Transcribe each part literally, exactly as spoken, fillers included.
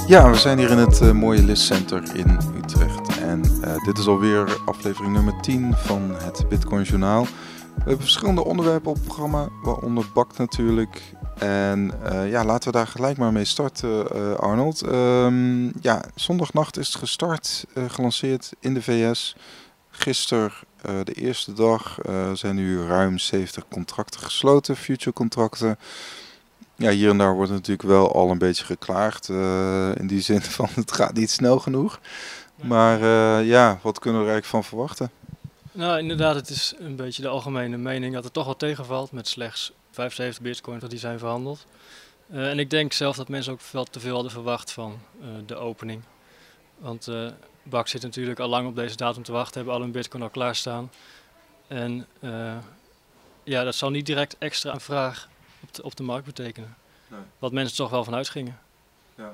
Ja, we zijn hier in het uh, mooie listcenter in Utrecht en uh, dit is alweer aflevering nummer tien van het Bitcoin Journaal. We hebben verschillende onderwerpen op het programma, waaronder B A C natuurlijk. En uh, ja, laten we daar gelijk maar mee starten, uh, Arnold. Um, ja, zondagnacht is het gestart, uh, gelanceerd in de V S. Gisteren, uh, de eerste dag, uh, zijn nu ruim zeventig contracten gesloten, future contracten. Ja, hier en daar wordt natuurlijk wel al een beetje geklaagd, uh, in die zin van het gaat niet snel genoeg. Maar uh, ja, wat kunnen we er eigenlijk van verwachten? Nou, inderdaad, het is een beetje de algemene mening dat het toch wel tegenvalt met slechts vijfenzeventig bitcoins die zijn verhandeld. Uh, en ik denk zelf dat mensen ook wel te veel hadden verwacht van uh, de opening. Want uh, B A C zit natuurlijk al lang op deze datum te wachten, hebben al hun bitcoin al klaarstaan. En uh, ja, dat zal niet direct extra een vraag op de, op de markt betekenen. Nee. Wat mensen toch wel van uitgingen. Ja.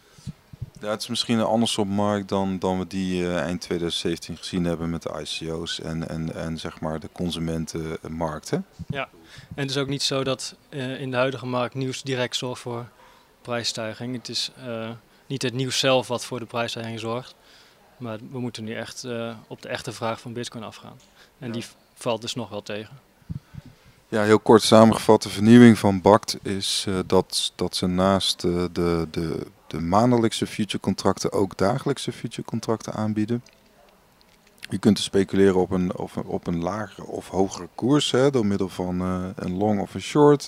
Ja, het is misschien een ander soort markt dan, dan we die uh, eind twintig zeventien gezien hebben met de I C O's en, en, en zeg maar de consumentenmarkt. Hè? Ja, en het is ook niet zo dat uh, in de huidige markt nieuws direct zorgt voor prijsstijging. Het is uh, niet het nieuws zelf wat voor de prijsstijging zorgt, maar we moeten nu echt uh, op de echte vraag van Bitcoin afgaan. En ja. die valt dus nog wel tegen. Ja, heel kort samengevat, de vernieuwing van B A C is uh, dat, dat ze naast uh, de, de, de maandelijkse future contracten ook dagelijkse future contracten aanbieden. Je kunt dus speculeren op een, op een, op een lagere of hogere koers, hè, door middel van uh, een long of een short.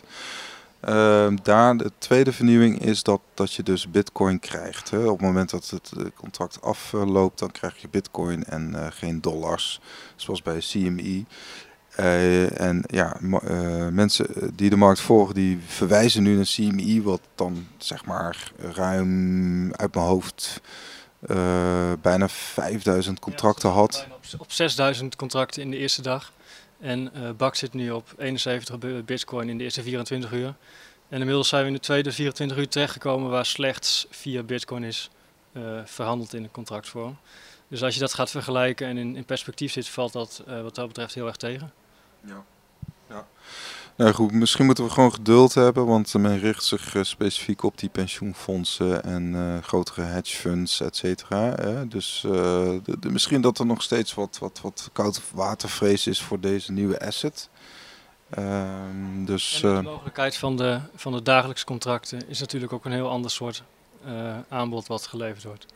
Uh, daar, de tweede vernieuwing is dat, dat je dus bitcoin krijgt. Hè. Op het moment dat het contract afloopt, dan krijg je bitcoin en uh, geen dollars, zoals bij C M E. Uh, en ja, uh, mensen die de markt volgen, die verwijzen nu naar C M E, wat dan zeg maar ruim uit mijn hoofd uh, bijna vijfduizend contracten ja, had. Op, op zesduizend contracten in de eerste dag. En uh, B A C zit nu op eenenzeventig bitcoin in de eerste vierentwintig uur. En inmiddels zijn we in de tweede vierentwintig uur terechtgekomen waar slechts vier bitcoin is uh, verhandeld in de contractvorm. Dus als je dat gaat vergelijken en in, in perspectief zit, valt dat uh, wat dat betreft heel erg tegen. Ja. Ja. Nou goed, misschien moeten we gewoon geduld hebben, want men richt zich uh, specifiek op die pensioenfondsen en uh, grotere hedge funds, et cetera. Uh, dus uh, de, de, misschien dat er nog steeds wat, wat, wat koud watervrees is voor deze nieuwe asset. Uh, dus, en de mogelijkheid van de, van de dagelijkse contracten is natuurlijk ook een heel ander soort uh, aanbod wat geleverd wordt.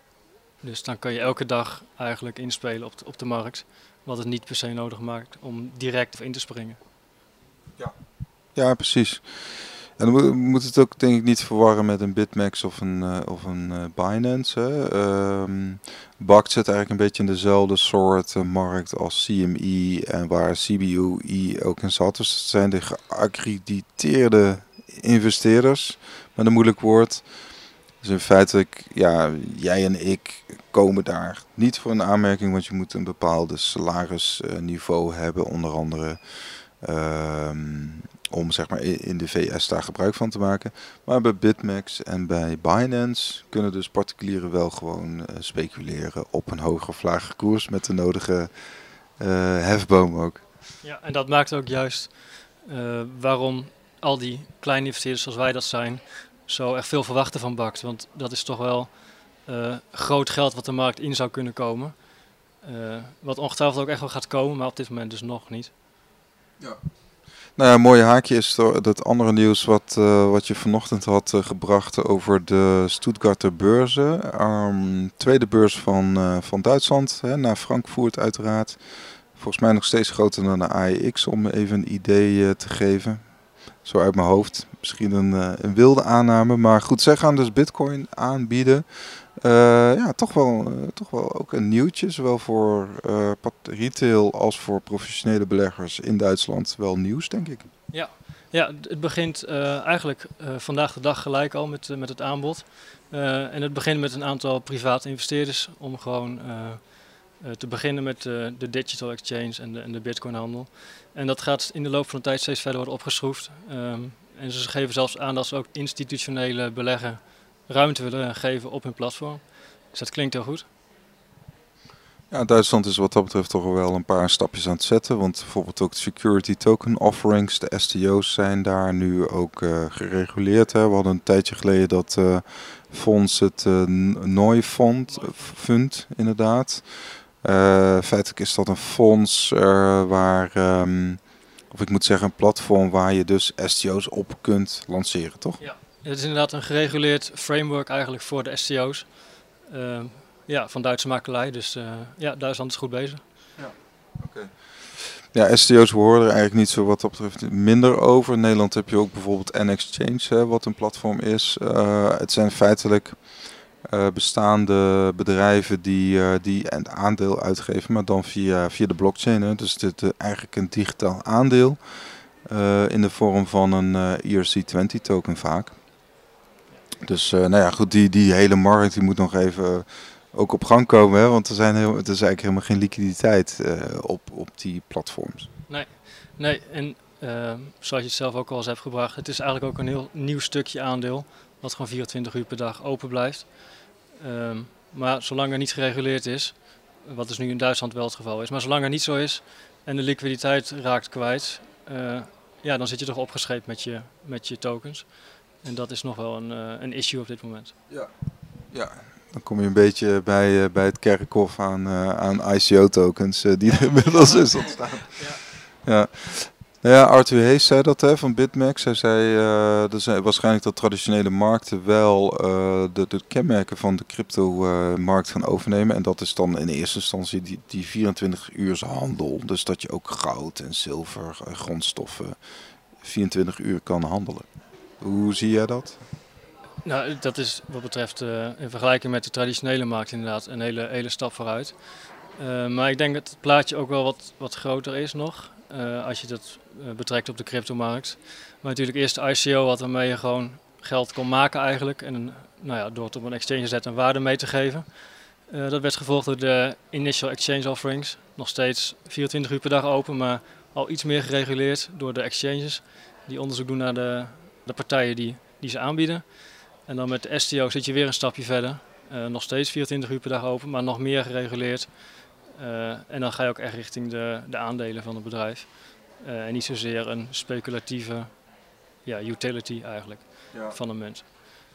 Dus dan kan je elke dag eigenlijk inspelen op de, op de markt, wat het niet per se nodig maakt om direct in te springen. Ja, ja precies. En dan moet, moet het ook denk ik niet verwarren met een BitMEX of een, uh, of een uh, Binance. Hè. Um, B A C zit eigenlijk een beetje in dezelfde soort uh, markt als C M E en waar C B O E ook in zat. Dus dat zijn de geaccrediteerde investeerders, met een moeilijk woord. Dus in feite, ja, jij en ik komen daar niet voor een aanmerking, want je moet een bepaalde salarisniveau hebben, onder andere um, om zeg maar in de V S daar gebruik van te maken. Maar bij BitMEX en bij Binance kunnen dus particulieren wel gewoon uh, speculeren op een hoger of lager koers met de nodige uh, hefboom ook. Ja, en dat maakt ook juist uh, waarom al die kleine investeerders zoals wij dat zijn zo echt veel verwachten van B A C. Want dat is toch wel uh, groot geld wat de markt in zou kunnen komen. Uh, wat ongetwijfeld ook echt wel gaat komen, maar op dit moment dus nog niet. Ja. Nou ja, een mooie haakje is dat andere nieuws wat, uh, wat je vanochtend had uh, gebracht over de Stuttgarter beurzen. Um, tweede beurs van, uh, van Duitsland, hè, naar Frankfurt uiteraard. Volgens mij nog steeds groter dan de A E X, om even een idee uh, te geven. Zo uit mijn hoofd. Misschien een, uh, een wilde aanname. Maar goed, zij gaan dus bitcoin aanbieden. Uh, ja, toch wel, uh, toch wel ook een nieuwtje. Zowel voor uh, retail als voor professionele beleggers in Duitsland. Wel nieuws, denk ik. Ja, ja het begint uh, eigenlijk uh, vandaag de dag gelijk al met, uh, met het aanbod. Uh, en het begint met een aantal private investeerders om gewoon uh, uh, te beginnen met uh, de digital exchange en de, en de bitcoinhandel. En dat gaat in de loop van de tijd steeds verder worden opgeschroefd. Um, en ze geven zelfs aan dat ze ook institutionele beleggen ruimte willen geven op hun platform. Dus dat klinkt heel goed. Ja, Duitsland is wat dat betreft toch wel een paar stapjes aan het zetten. Want bijvoorbeeld ook de security token offerings, de S T O's zijn daar nu ook uh, gereguleerd. Hè. We hadden een tijdje geleden dat uh, fonds, het uh, N O I Fund, uh, fund inderdaad. Uh, feitelijk is dat een fonds uh, waar, um, of ik moet zeggen een platform waar je dus S T O's op kunt lanceren, toch? Ja, het is inderdaad een gereguleerd framework eigenlijk voor de S T O's. Uh, ja, van Duitse makelij. Dus uh, ja, Duitsland is goed bezig. Ja, oké. Okay. Ja, S T O's horen er eigenlijk niet zo wat dat betreft minder over. In Nederland heb je ook bijvoorbeeld N-Exchange, hè, wat een platform is. Uh, het zijn feitelijk uh, bestaande bedrijven die, uh, die een aandeel uitgeven, maar dan via, via de blockchain. Hè. Dus dit is eigenlijk een digitaal aandeel uh, in de vorm van een uh, E R C twintig token vaak. Dus uh, nou ja, goed, die, die hele markt die moet nog even uh, ook op gang komen, hè? Want er, zijn heel, er is eigenlijk helemaal geen liquiditeit uh, op, op die platforms. Nee, nee. En uh, zoals je het zelf ook al eens hebt gebracht, het is eigenlijk ook een heel nieuw stukje aandeel, wat gewoon vierentwintig uur per dag open blijft. Um, maar zolang er niet gereguleerd is, wat dus nu in Duitsland wel het geval is, maar zolang er niet zo is en de liquiditeit raakt kwijt, uh, ja, dan zit je toch opgescheept met je, met je tokens. En dat is nog wel een, uh, een issue op dit moment. Ja, ja. Dan kom je een beetje bij, uh, bij het kerkhof aan, uh, aan I C O-tokens uh, die er inmiddels is ontstaan. Ja. Ja. Nou ja, Arthur Hayes zei dat, hè, van BitMEX. Hij zei uh, er zijn waarschijnlijk dat traditionele markten wel uh, de, de kenmerken van de crypto-markt uh, gaan overnemen. En dat is dan in eerste instantie die, die vierentwintig uur handel. Dus dat je ook goud en zilver, uh, grondstoffen vierentwintig uur kan handelen. Hoe zie jij dat? Nou, dat is wat betreft uh, in vergelijking met de traditionele markt inderdaad een hele, hele stap vooruit. Uh, maar ik denk dat het plaatje ook wel wat, wat groter is nog, uh, als je dat uh, betrekt op de cryptomarkt. Maar natuurlijk eerst de I C O, wat waarmee je gewoon geld kon maken eigenlijk. En een, nou ja, door het op een exchange te zetten en waarde mee te geven. Uh, dat werd gevolgd door de Initial Exchange Offerings. Nog steeds vierentwintig uur per dag open, maar al iets meer gereguleerd door de exchanges. Die onderzoek doen naar de, de partijen die, die ze aanbieden. En dan met de S T O zit je weer een stapje verder. Uh, nog steeds vierentwintig uur per dag open, maar nog meer gereguleerd. Uh, en dan ga je ook echt richting de, de aandelen van het bedrijf. Uh, en niet zozeer een speculatieve ja, utility eigenlijk ja. van een munt.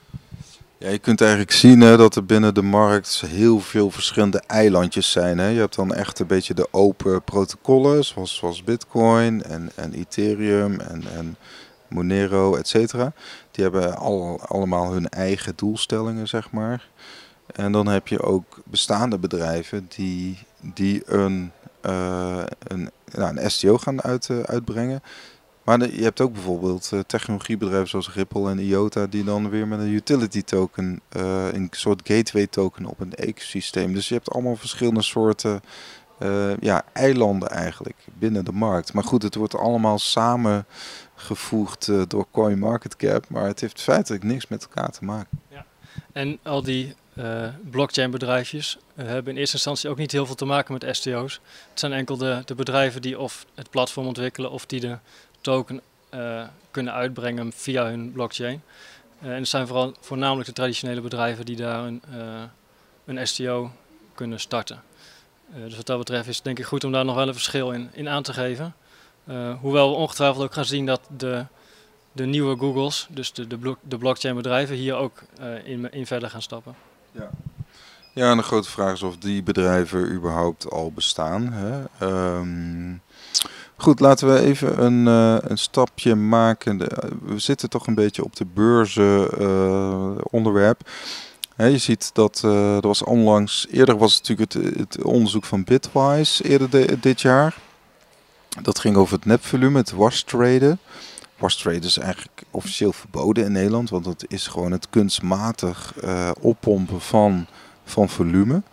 Ja, je kunt eigenlijk zien hè, dat er binnen de markt heel veel verschillende eilandjes zijn. Hè. Je hebt dan echt een beetje de open protocollen, zoals, zoals Bitcoin en, en Ethereum en, en Monero, et cetera. Die hebben al, allemaal hun eigen doelstellingen, zeg maar. En dan heb je ook bestaande bedrijven die, die een, uh, een, nou, een S T O gaan uit, uh, uitbrengen. Maar de, je hebt ook bijvoorbeeld uh, technologiebedrijven zoals Ripple en I O T A die dan weer met een utility token, uh, een soort gateway token op een ecosysteem. Dus je hebt allemaal verschillende soorten uh, ja, eilanden eigenlijk binnen de markt. Maar goed, het wordt allemaal samengevoegd uh, door CoinMarketCap, maar het heeft feitelijk niks met elkaar te maken. Ja. En al die uh, blockchain bedrijfjes uh, hebben in eerste instantie ook niet heel veel te maken met S T O's. Het zijn enkel de, de bedrijven die of het platform ontwikkelen of die de token uh, kunnen uitbrengen via hun blockchain. Uh, en het zijn vooral voornamelijk de traditionele bedrijven die daar een, uh, een S T O kunnen starten. Uh, dus wat dat betreft is het denk ik goed om daar nog wel een verschil in, in aan te geven. Uh, hoewel we ongetwijfeld ook gaan zien dat de, de nieuwe Googles, dus de, de, blok, de blockchain bedrijven, hier ook uh, in, in verder gaan stappen. Ja. Ja, en de grote vraag is of die bedrijven überhaupt al bestaan. Hè? Um, goed, laten we even een, uh, een stapje maken. De, we zitten toch een beetje op de beurzen uh, onderwerp. He, je ziet dat uh, er was onlangs, eerder was het natuurlijk het, het onderzoek van Bitwise eerder de, dit jaar. Dat ging over het nepvolume, het wash-traden. Wash-traden is eigenlijk officieel verboden in Nederland, want dat is gewoon het kunstmatig uh, oppompen van, van volume.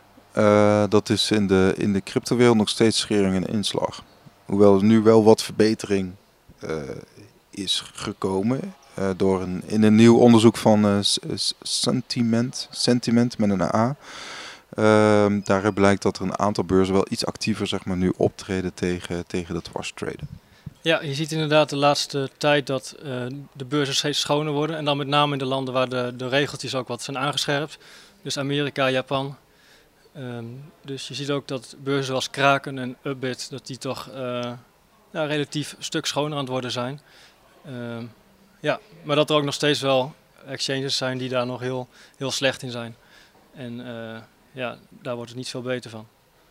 Uh, dat is in de, in de cryptowereld nog steeds schering en inslag. Hoewel er nu wel wat verbetering uh, is gekomen uh, door een, in een nieuw onderzoek van uh, Sentiment, Sentiment met een A. Uh, daaruit blijkt dat er een aantal beurzen wel iets actiever zeg maar, nu optreden tegen, tegen dat wash-traden. Ja, je ziet inderdaad de laatste tijd dat uh, de beurzen steeds schoner worden. En dan met name in de landen waar de, de regeltjes ook wat zijn aangescherpt. Dus Amerika, Japan. Um, dus je ziet ook dat beurzen zoals Kraken en Upbit, dat die toch uh, ja, relatief een stuk schoner aan het worden zijn. Um, ja, maar dat er ook nog steeds wel exchanges zijn die daar nog heel, heel slecht in zijn. En uh, ja, daar wordt het niet veel beter van.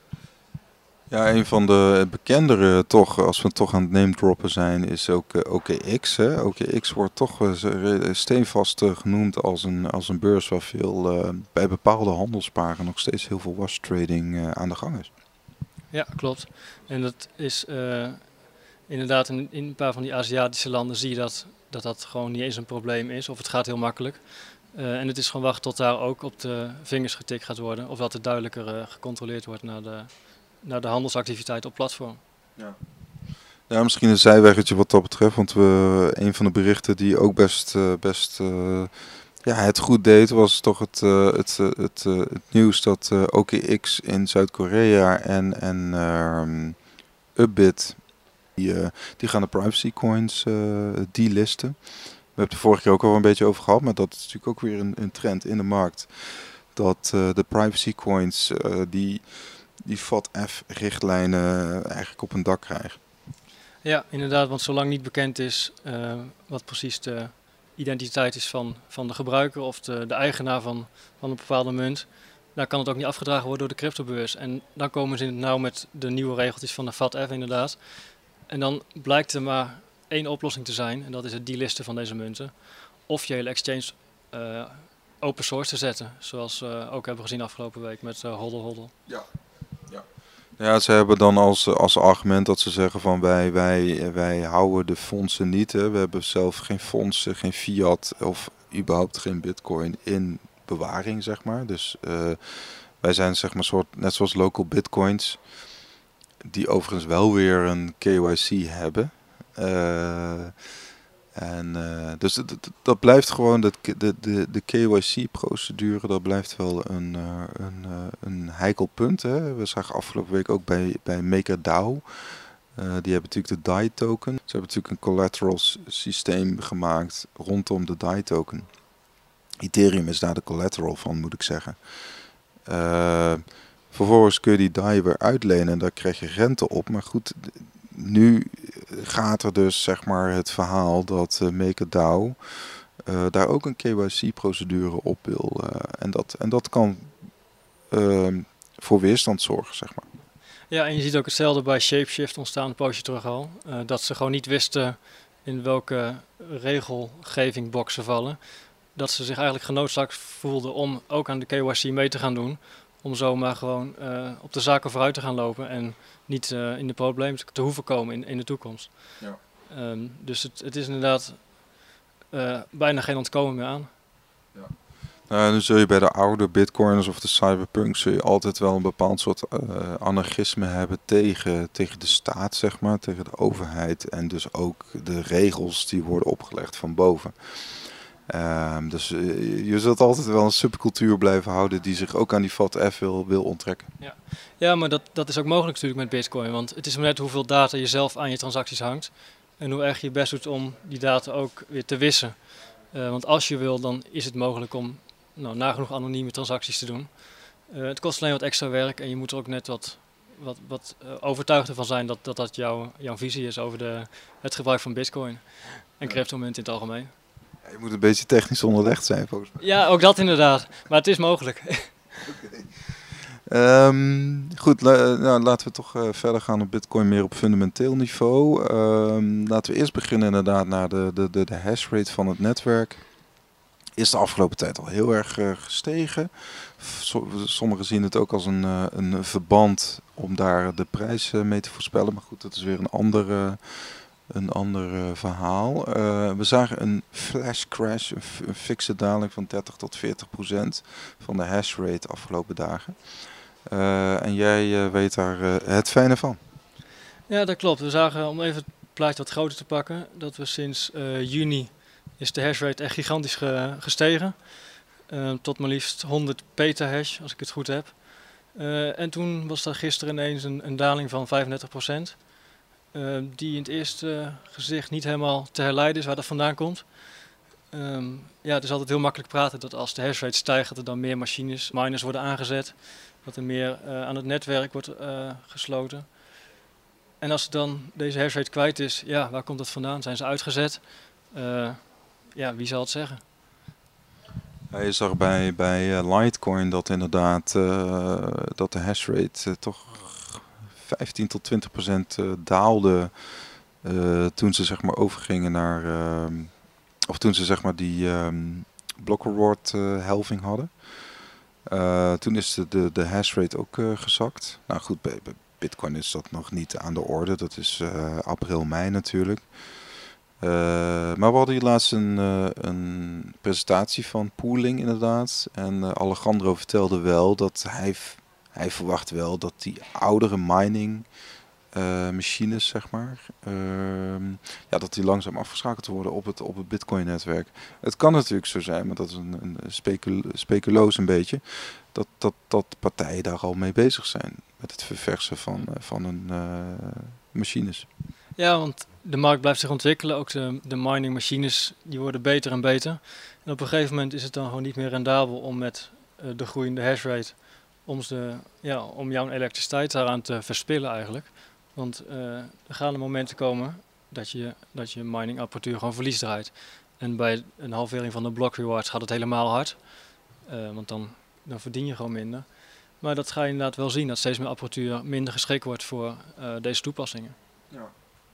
Ja, een van de bekendere, toch, als we toch aan het name droppen zijn, is ook uh, O K X. Hè? O K X wordt toch uh, steenvast uh, genoemd als een, als een beurs waar veel, uh, bij bepaalde handelsparen nog steeds heel veel wash trading uh, aan de gang is. Ja, klopt. En dat is uh, inderdaad in, in een paar van die Aziatische landen zie je dat, dat dat gewoon niet eens een probleem is. Of het gaat heel makkelijk. Uh, en het is gewoon wachten tot daar ook op de vingers getikt gaat worden. Of dat het duidelijker uh, gecontroleerd wordt naar de... naar de handelsactiviteit op platform. Ja. Ja, misschien een zijweggetje wat dat betreft, want we, een van de berichten die ook best, uh, best uh, ja, het goed deed, was toch het, uh, het, uh, het, uh, het nieuws dat uh, O K X in Zuid-Korea en, en uh, Upbit, die, uh, die gaan de privacy coins uh, delisten. We hebben het de vorige keer ook al een beetje over gehad, maar dat is natuurlijk ook weer een, een trend in de markt. Dat uh, de privacy coins uh, die... die F A T F-richtlijnen eigenlijk op een dak krijgen. Ja, inderdaad, want zolang niet bekend is uh, wat precies de identiteit is van, van de gebruiker of de, de eigenaar van, van een bepaalde munt, dan kan het ook niet afgedragen worden door de cryptobeurs. En dan komen ze in het nauw met de nieuwe regeltjes van de F A T F inderdaad. En dan blijkt er maar één oplossing te zijn, en dat is het delisten van deze munten. Of je hele exchange uh, open source te zetten, zoals we ook hebben gezien afgelopen week met uh, Hodl Hodl. Ja. Ja, ze hebben dan als, als argument dat ze zeggen van wij, wij, wij houden de fondsen niet. Hè. We hebben zelf geen fondsen, geen fiat of überhaupt geen bitcoin in bewaring, zeg maar. Dus uh, wij zijn zeg maar soort, net zoals local bitcoins, die overigens wel weer een K Y C hebben. Uh, En uh, dus dat, dat blijft gewoon, dat, de, de, de K Y C-procedure, dat blijft wel een, uh, een, uh, een heikel punt. Hè. We zagen afgelopen week ook bij, bij MakerDAO. Uh, die hebben natuurlijk de D A I-token. Ze hebben natuurlijk een collateral systeem gemaakt rondom de D A I-token. Ethereum is daar de collateral van, moet ik zeggen. Uh, vervolgens kun je die D A I weer uitlenen en daar krijg je rente op. Maar goed, nu gaat er dus zeg maar het verhaal dat uh, MakerDAO uh, daar ook een K Y C-procedure op wil. Uh, en, dat, en dat kan uh, voor weerstand zorgen, zeg maar. Ja, en je ziet ook hetzelfde bij Shapeshift ontstaan een poosje terug al. Uh, dat ze gewoon niet wisten in welke regelgeving ze vallen. Dat ze zich eigenlijk genoodzaakt voelden om ook aan de K Y C mee te gaan doen. Om zomaar gewoon uh, op de zaken vooruit te gaan lopen en niet uh, in de problemen te hoeven komen in, in de toekomst. Ja. Um, dus het, het is inderdaad uh, bijna geen ontkomen meer aan. Ja. Nou, nu zul je bij de oude bitcoiners of de cyberpunks zul je altijd wel een bepaald soort uh, anarchisme hebben tegen, tegen de staat, zeg maar, tegen de overheid en dus ook de regels die worden opgelegd van boven. Um, dus uh, je zult altijd wel een subcultuur blijven houden die zich ook aan die F A T F wil, wil onttrekken. Ja, ja maar dat, dat is ook mogelijk natuurlijk met Bitcoin, want het is maar net hoeveel data je zelf aan je transacties hangt en hoe erg je je best doet om die data ook weer te wissen. Uh, want als je wil, dan is het mogelijk om nou, nagenoeg anonieme transacties te doen. Uh, het kost alleen wat extra werk en je moet er ook net wat, wat, wat uh, overtuigd ervan zijn dat dat, dat jouw, jouw visie is over de, het gebruik van Bitcoin en cryptomunten in het algemeen. Je moet een beetje technisch onderlegd zijn, volgens mij. Ja, ook dat inderdaad. Maar het is mogelijk. Okay. Um, goed, la nou, laten we toch uh, verder gaan op Bitcoin meer op fundamenteel niveau. Um, laten we eerst beginnen inderdaad naar de, de, de, de hash rate van het netwerk. Is de afgelopen tijd al heel erg uh, gestegen. Sommigen zien het ook als een, uh, een verband om daar de prijs uh, mee te voorspellen. Maar goed, dat is weer een andere... Een ander uh, verhaal. Uh, we zagen een flash crash, een, een fikse daling van dertig tot veertig procent van de hash rate afgelopen dagen. Uh, en jij uh, weet daar uh, het fijne van. Ja, dat klopt. We zagen, om even het plaatje wat groter te pakken, dat we sinds uh, juni is de hash rate echt gigantisch ge gestegen. Uh, tot maar liefst honderd petahash, als ik het goed heb. Uh, en toen was er gisteren ineens een, een daling van vijfendertig procent. Uh, die in het eerste gezicht niet helemaal te herleiden is waar dat vandaan komt. Um, ja, het is altijd heel makkelijk praten dat als de hashrate stijgt, dat er dan meer machines, miners worden aangezet. Dat er meer uh, aan het netwerk wordt uh, gesloten. En als dan deze hashrate kwijt is, ja, waar komt dat vandaan? Zijn ze uitgezet? Uh, ja, wie zal het zeggen? Ja, je zag bij, bij uh, Litecoin dat inderdaad uh, dat de hashrate uh, toch vijftien tot twintig procent uh, daalde uh, toen ze zeg maar overgingen naar, uh, of toen ze zeg maar die um, block reward uh, helving hadden. Uh, toen is de, de, de hashrate ook uh, gezakt. Nou goed, bij, bij Bitcoin is dat nog niet aan de orde. Dat is uh, april, mei natuurlijk. Uh, maar we hadden hier laatst een, uh, een presentatie van pooling inderdaad. En uh, Alejandro vertelde wel dat hij, hij verwacht wel dat die oudere mining uh, machines, zeg maar, uh, ja, dat die langzaam afgeschakeld worden op het, op het Bitcoin netwerk. Het kan natuurlijk zo zijn, maar dat is een, een specul speculoos een beetje, dat, dat, dat partijen daar al mee bezig zijn met het verversen van, uh, van hun uh, machines. Ja, want de markt blijft zich ontwikkelen. Ook de, de mining machines die worden beter en beter. En op een gegeven moment is het dan gewoon niet meer rendabel om met uh, de groeiende hashrate om, de, ja, om jouw elektriciteit daaraan te verspillen eigenlijk. Want uh, er gaan er momenten komen dat je, dat je mining apparatuur gewoon verlies draait. En bij een halvering van de block rewards gaat het helemaal hard. Uh, want dan, dan verdien je gewoon minder. Maar dat ga je inderdaad wel zien, dat steeds meer apparatuur minder geschikt wordt voor uh, deze toepassingen. Ja.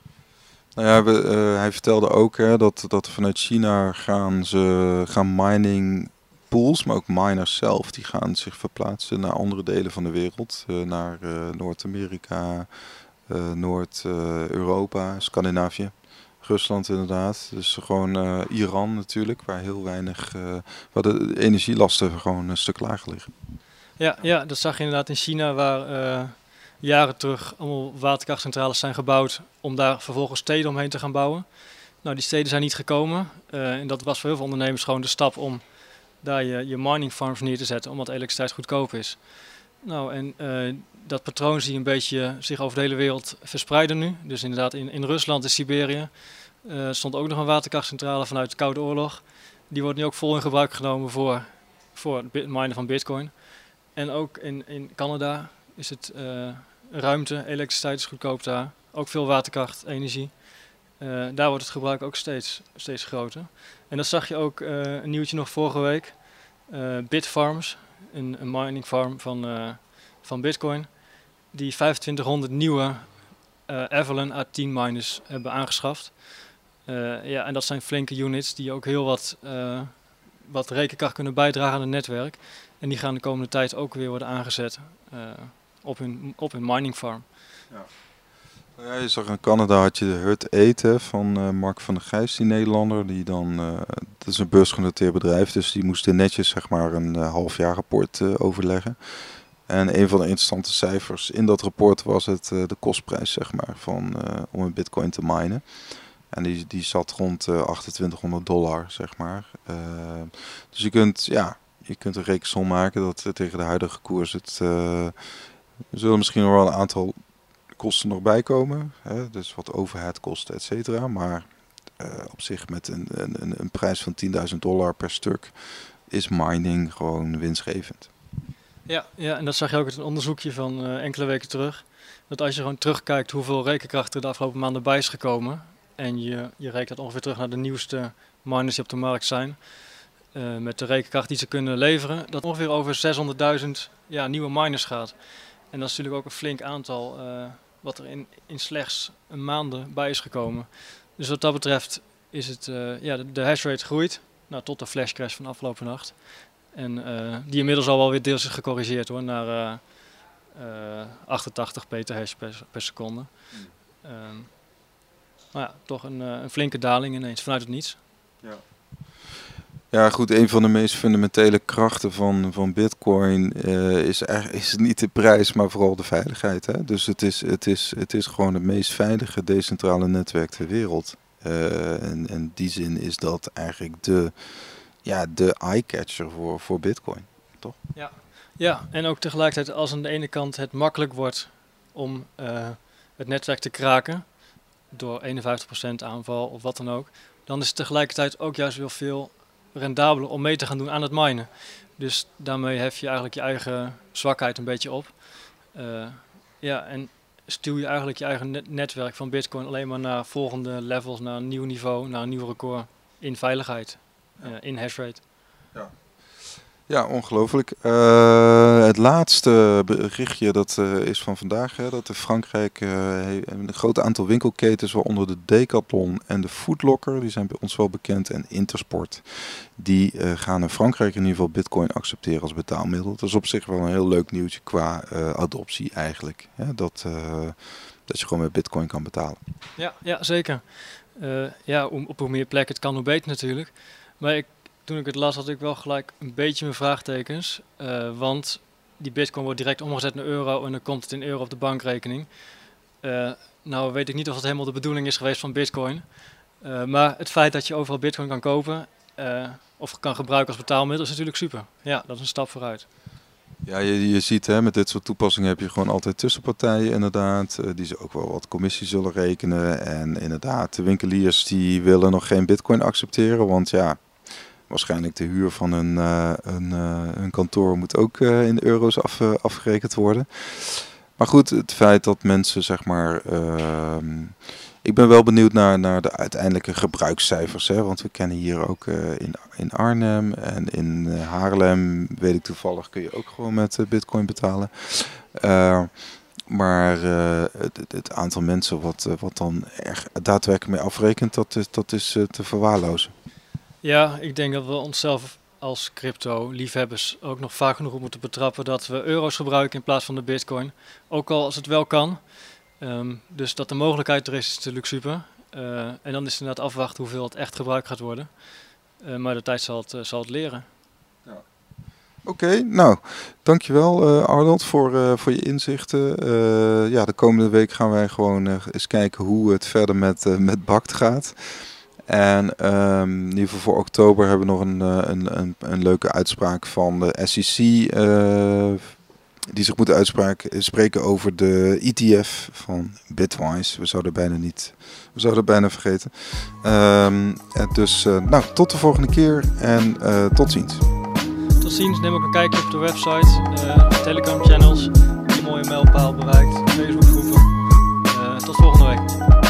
Nou ja, we, uh, hij vertelde ook hè, dat, dat vanuit China gaan ze gaan mining pools, maar ook miners zelf, die gaan zich verplaatsen naar andere delen van de wereld. Uh, naar uh, Noord-Amerika, uh, Noord-Europa, uh, Scandinavië, Rusland inderdaad. Dus gewoon uh, Iran natuurlijk, waar heel weinig, uh, waar de energielasten gewoon een stuk lager liggen. Ja, ja, dat zag je inderdaad in China, waar uh, jaren terug allemaal waterkrachtcentrales zijn gebouwd om daar vervolgens steden omheen te gaan bouwen. Nou, die steden zijn niet gekomen uh, en dat was voor heel veel ondernemers gewoon de stap om daar je, je mining farms neer te zetten, omdat elektriciteit goedkoop is. Nou, en uh, dat patroon zie je een beetje zich over de hele wereld verspreiden nu. Dus inderdaad in, in Rusland en Siberië uh, stond ook nog een waterkrachtcentrale vanuit de Koude Oorlog. Die wordt nu ook vol in gebruik genomen voor, voor het minen van Bitcoin. En ook in, in Canada is het uh, ruimte, elektriciteit is goedkoop daar. Ook veel waterkracht, energie. Uh, daar wordt het gebruik ook steeds, steeds groter. En dat zag je ook uh, een nieuwtje nog vorige week. Uh, Bitfarms, een, een mining farm van, uh, van Bitcoin. Die vijfentwintighonderd nieuwe uh, Avalon A tien miners hebben aangeschaft. Uh, ja, en dat zijn flinke units die ook heel wat, uh, wat rekenkracht kunnen bijdragen aan het netwerk. En die gaan de komende tijd ook weer worden aangezet uh, op, hun, op hun mining farm. Ja. Ja, je zag in Canada had je de Hut Eten van uh, Mark van der Gijs, die Nederlander. Die dan, uh, dat is een beursgenoteerd bedrijf, dus die moesten netjes zeg maar een uh, halfjaarrapport uh, overleggen. En een van de interessante cijfers in dat rapport was het, uh, de kostprijs zeg maar, van, uh, om een bitcoin te minen. En die, die zat rond uh, achtentwintighonderd dollar, zeg maar. Uh, dus je kunt, ja, je kunt een rekensom maken dat uh, tegen de huidige koers het... Uh, er zullen misschien nog wel een aantal kosten nog bijkomen. Hè? Dus wat overhead kosten, et cetera. Maar uh, op zich met een, een, een prijs van tienduizend dollar per stuk is mining gewoon winstgevend. Ja, ja, en dat zag je ook uit een onderzoekje van uh, enkele weken terug. Dat als je gewoon terugkijkt hoeveel rekenkracht er de afgelopen maanden bij is gekomen. En je, je rekent ongeveer terug naar de nieuwste miners die op de markt zijn. Uh, met de rekenkracht die ze kunnen leveren. Dat ongeveer over zeshonderdduizend ja, nieuwe miners gaat. En dat is natuurlijk ook een flink aantal uh, wat er in, in slechts een maanden bij is gekomen. Dus wat dat betreft is het, uh, ja, de, de hashrate groeit. Nou, tot de flashcrash van afgelopen nacht. En uh, die inmiddels al wel weer deels is gecorrigeerd hoor, naar uh, uh, achtentachtig petahash per, per seconde. Mm. Um, maar ja, toch een, uh, een flinke daling ineens vanuit het niets. Ja. Ja, goed, een van de meest fundamentele krachten van, van Bitcoin uh, is, is niet de prijs, maar vooral de veiligheid. Hè? Dus het is, het, is, het is gewoon het meest veilige decentrale netwerk ter wereld. Uh, en in die zin is dat eigenlijk de, ja, de eye-catcher voor, voor Bitcoin, toch? Ja. Ja, en ook tegelijkertijd als aan de ene kant het makkelijk wordt om uh, het netwerk te kraken door eenenvijftig procent aanval of wat dan ook. dan is het tegelijkertijd ook juist weer veel rendabeler om mee te gaan doen aan het minen. Dus daarmee hef je eigenlijk je eigen zwakheid een beetje op. Uh, ja, en stuw je eigenlijk je eigen net- netwerk van Bitcoin alleen maar naar volgende levels, naar een nieuw niveau, naar een nieuw record in veiligheid, uh, in hashrate. Ja. Ja, ongelooflijk. Uh, het laatste berichtje dat uh, is van vandaag, hè, dat in Frankrijk uh, een groot aantal winkelketens, waaronder de Decathlon en de Foot Locker, die zijn bij ons wel bekend, en Intersport, die uh, gaan in Frankrijk in ieder geval Bitcoin accepteren als betaalmiddel. Dat is op zich wel een heel leuk nieuwtje qua uh, adoptie eigenlijk, hè, dat, uh, dat je gewoon met Bitcoin kan betalen. Ja, ja zeker. Uh, ja, om, op hoe meer plekken het kan, hoe beter natuurlijk. Maar ik Toen ik het las, had ik wel gelijk een beetje mijn vraagtekens. Uh, want die bitcoin wordt direct omgezet naar euro en dan komt het in euro op de bankrekening. Uh, nou weet ik niet of dat helemaal de bedoeling is geweest van bitcoin. Uh, maar het feit dat je overal bitcoin kan kopen uh, of kan gebruiken als betaalmiddel is natuurlijk super. Ja, dat is een stap vooruit. Ja, je, je ziet hè, met dit soort toepassingen heb je gewoon altijd tussenpartijen inderdaad. Uh, die ze ook wel wat commissie zullen rekenen. En inderdaad, de winkeliers die willen nog geen bitcoin accepteren, want ja... Waarschijnlijk de huur van een, uh, een, uh, een kantoor moet ook uh, in euro's af, uh, afgerekend worden. Maar goed, het feit dat mensen, zeg maar... Uh, ik ben wel benieuwd naar, naar de uiteindelijke gebruikscijfers. Hè? Want we kennen hier ook uh, in, in Arnhem en in uh, Haarlem, weet ik toevallig, kun je ook gewoon met uh, bitcoin betalen. Uh, maar uh, het, het aantal mensen wat, uh, wat dan er daadwerkelijk mee afrekent, dat is, dat is uh, te verwaarlozen. Ja, ik denk dat we onszelf als crypto-liefhebbers ook nog vaak genoeg op moeten betrappen dat we euro's gebruiken in plaats van de bitcoin. Ook al als het wel kan. Um, dus dat de mogelijkheid er is, is natuurlijk super. Uh, en dan is het inderdaad afwachten hoeveel het echt gebruikt gaat worden. Uh, maar de tijd zal het, uh, zal het leren. Ja. Oké, okay, nou, dankjewel uh, Arnold voor, uh, voor je inzichten. Uh, ja, de komende week gaan wij gewoon uh, eens kijken hoe het verder met, uh, met B A C T gaat. En um, in ieder geval voor oktober hebben we nog een, een, een, een leuke uitspraak van de S E C. Uh, die zich moet uitspreken over de E T F van Bitwise. We zouden bijna niet, we zouden bijna vergeten. Um, dus uh, nou, tot de volgende keer en uh, tot ziens. Tot ziens. Neem ook een kijkje op de website, uh, Telegram channels, die mooie mijlpaal bereikt, Facebookgroepen. Uh, tot volgende week.